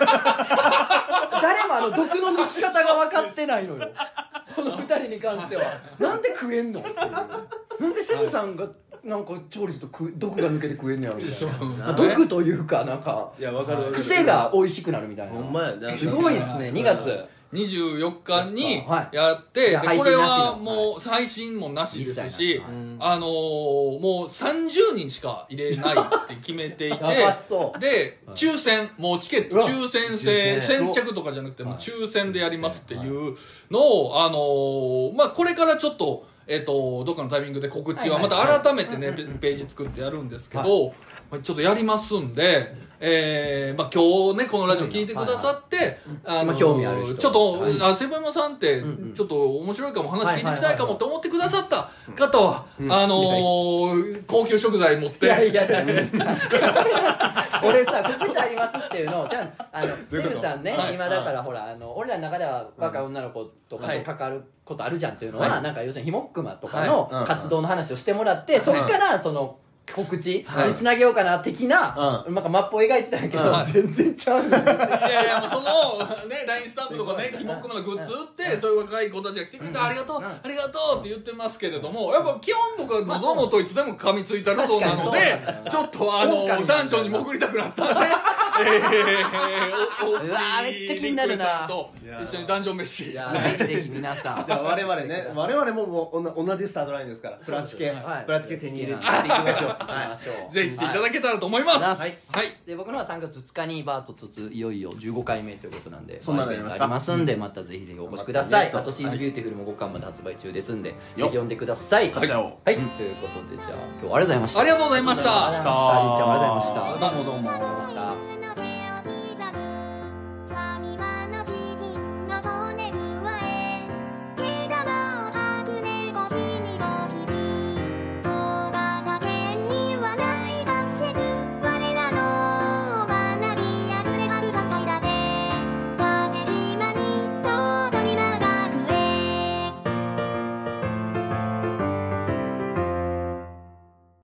誰も毒の抜き方が分かってないのよこの二人に関しては。なんで食えんの？なんでセブさんがなんか調理すると毒が抜けて食えんのやろみたいな。毒というかなんかいやわかるわかる。 癖が美味しくなるみたいな。 ほんまやね。 すごいですね。2月 24日にはいやって、 はいでこれは配信なしのもう配信もなしです一し、 切なしもう30人しか入れないって決めていて、 やばそうで抽選、もうチケットうわ抽選制、 抽選先着とかじゃなくてもう抽選でやりますっていうのをこれからちょっとどっかのタイミングで告知はまた改めてねページ作ってやるんですけど、ちょっとやりますんで、今日ねこのラジオ聞いてくださって興味ある人ちょっとセブ山さんってちょっと面白いかも、話聞いてみたいかもって思ってくださった方は高級食材持って、 いやいやそれ俺さ告知ありますっていうのをじゃあセブさんね、 はい今だからほら俺らの中では若い女の子とかと関わることあるじゃんっていうのは、なんか要するにひもっくまとかの活動の話をしてもらって、そっからその告知につなげようかな的な、なんかマップを描いてたんやけど、全然ちゃうねん。 いやいやもうそのね LINE スタンプとかねキモックのグッズ売ってそういう若い子たちが来てくれてありがとうありがとうって言ってますけれども、やっぱ基本僕は望むといつでも噛みついたるぞなので、ちょっと男女に潜りたくなったんでうわーめっちゃ気になるなさんと一緒にダンジョン飯。 いやぜひぜひ皆さんじゃあ我々ももう同じスタートラインですから、プラチケ手に入れていきましょう。 ぜひ来ていただけたらと思います。 ははいい。 で僕のは3月2日にバートツツいよいよ15回目ということなんで、 そんなのやりますかありますんで、またぜひぜひお越しください。あとシーズビューティフルも5巻まで発売中ですんで、ぜひ読んでください。 買っちゃおう。 はい、ということでじゃあ今日はありがとうございました。 ありがとうございました。 りんちゃんありがとうございました。 どうもどうも。 ありがとうございました。